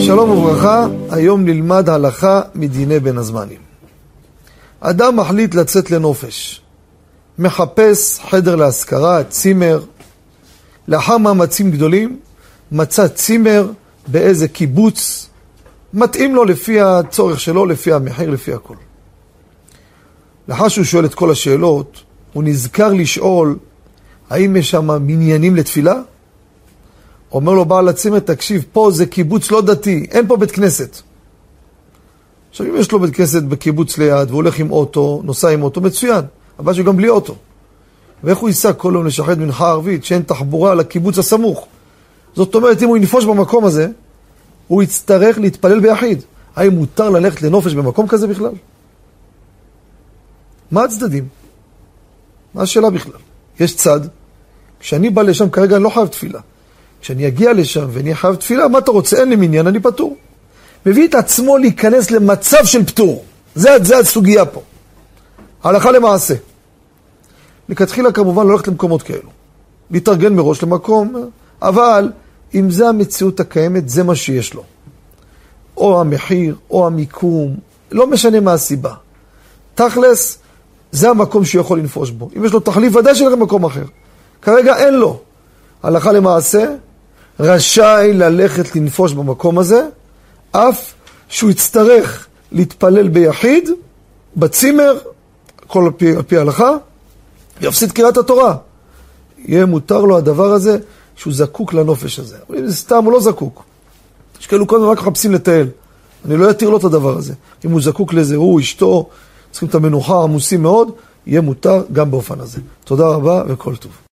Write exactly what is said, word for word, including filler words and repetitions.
שלום וברכה, היום נלמד הלכה מדיני בין הזמנים. אדם מחליט לצאת לנופש, מחפש חדר להשכרה, צימר. לאחר מאמצים גדולים, מצא צימר באיזה קיבוץ, מתאים לו לפי הצורך שלו, לפי המחיר, לפי הכל. לאחר שהוא שואל את כל השאלות, הוא נזכר לשאול, האם יש שם מניינים לתפילה? אומר לו בעל הצימר, תקשיב, פה זה קיבוץ לא דתי, אין פה בית כנסת. עכשיו, אם יש לו בית כנסת בקיבוץ ליד, והוא הולך עם אוטו, נוסע עם אוטו, מצוין, אבל שהוא גם בלי אוטו. ואיך הוא ייסע כל יום לשחט מנחה ערבית, שאין תחבורה לקיבוץ הסמוך? זאת אומרת, אם הוא ינפוש במקום הזה, הוא יצטרך להתפלל ביחיד. האם מותר ללכת לנופש במקום כזה בכלל? מה הצדדים? מה השאלה בכלל? יש צד, כשאני בא לשם כרגע אני לא חייב תפילה. כשאני אגיע לשם ואני חייב תפילה, מה אתה רוצה? אין לי מניין, אני פטור. מביא את עצמו להיכנס למצב של פטור. זה, זה הסוגיה פה. הלכה למעשה. לכתחילה כמובן לא הולכת למקומות כאלו. להתארגן מראש למקום, אבל אם זה המציאות הקיימת, זה מה שיש לו. או המחיר, או המיקום, לא משנה מה הסיבה. תכלס, זה המקום שהוא יכול לנפוש בו. אם יש לו תחליף, ודאי שלך במקום אחר. כרגע אין לו. הלכה למעשה, רשאי ללכת לנפוש במקום הזה, אף שהוא יצטרך להתפלל ביחיד, בצימר, כל על פי, על פי ההלכה, יפסיד קריאת התורה. יהיה מותר לו הדבר הזה, שהוא זקוק לנופש הזה. אבל אם זה סתם, הוא לא זקוק. יש כאלו קודם רק מחפשים לטייל. אני לא יתיר לו את הדבר הזה. אם הוא זקוק לזה, הוא, אשתו, צריכים את המנוחה, עמוסים מאוד, יהיה מותר גם באופן הזה. תודה רבה וכל טוב.